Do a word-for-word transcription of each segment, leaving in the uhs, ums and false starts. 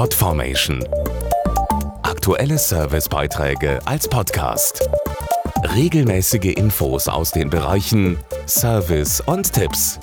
Podformation. Aktuelle Servicebeiträge als Podcast. Regelmäßige Infos aus den Bereichen Service und Tipps.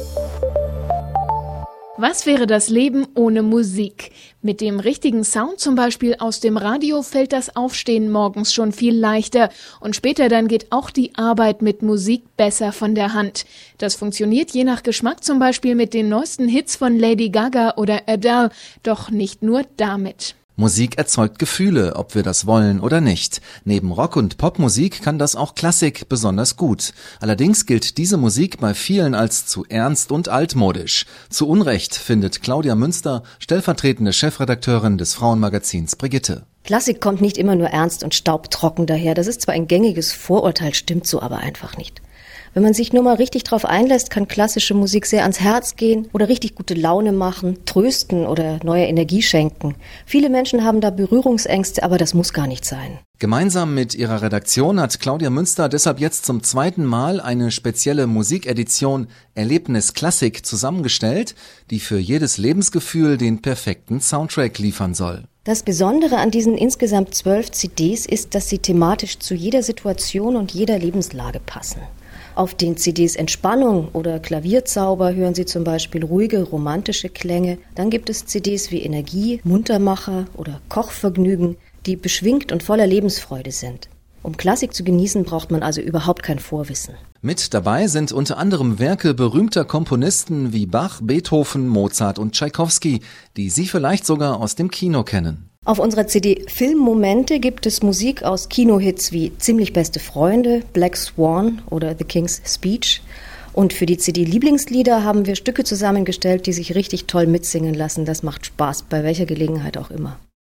Was wäre das Leben ohne Musik? Mit dem richtigen Sound zum Beispiel aus dem Radio fällt das Aufstehen morgens schon viel leichter und später dann geht auch die Arbeit mit Musik besser von der Hand. Das funktioniert je nach Geschmack zum Beispiel mit den neuesten Hits von Lady Gaga oder Adele, doch nicht nur damit. Musik erzeugt Gefühle, ob wir das wollen oder nicht. Neben Rock- und Popmusik kann das auch Klassik besonders gut. Allerdings gilt diese Musik bei vielen als zu ernst und altmodisch. Zu Unrecht findet Claudia Münster, stellvertretende Chefredakteurin des Frauenmagazins Brigitte. Klassik kommt nicht immer nur ernst und staubtrocken daher. Das ist zwar ein gängiges Vorurteil, stimmt so aber einfach nicht. Wenn man sich nur mal richtig drauf einlässt, kann klassische Musik sehr ans Herz gehen oder richtig gute Laune machen, trösten oder neue Energie schenken. Viele Menschen haben da Berührungsängste, aber das muss gar nicht sein. Gemeinsam mit ihrer Redaktion hat Claudia Münster deshalb jetzt zum zweiten Mal eine spezielle Musikedition Erlebnis Klassik zusammengestellt, die für jedes Lebensgefühl den perfekten Soundtrack liefern soll. Das Besondere an diesen insgesamt zwölf C Ds ist, dass sie thematisch zu jeder Situation und jeder Lebenslage passen. Auf den C Ds Entspannung oder Klavierzauber hören Sie zum Beispiel ruhige, romantische Klänge. Dann gibt es C Ds wie Energie, Muntermacher oder Kochvergnügen, die beschwingt und voller Lebensfreude sind. Um Klassik zu genießen, braucht man also überhaupt kein Vorwissen. Mit dabei sind unter anderem Werke berühmter Komponisten wie Bach, Beethoven, Mozart und Tschaikowski, die Sie vielleicht sogar aus dem Kino kennen. Auf unserer C D Filmmomente gibt es Musik aus Kinohits wie Ziemlich beste Freunde, Black Swan oder The King's Speech. Und für die C D Lieblingslieder haben wir Stücke zusammengestellt, die sich richtig toll mitsingen lassen. Das macht Spaß, bei welcher Gelegenheit auch immer.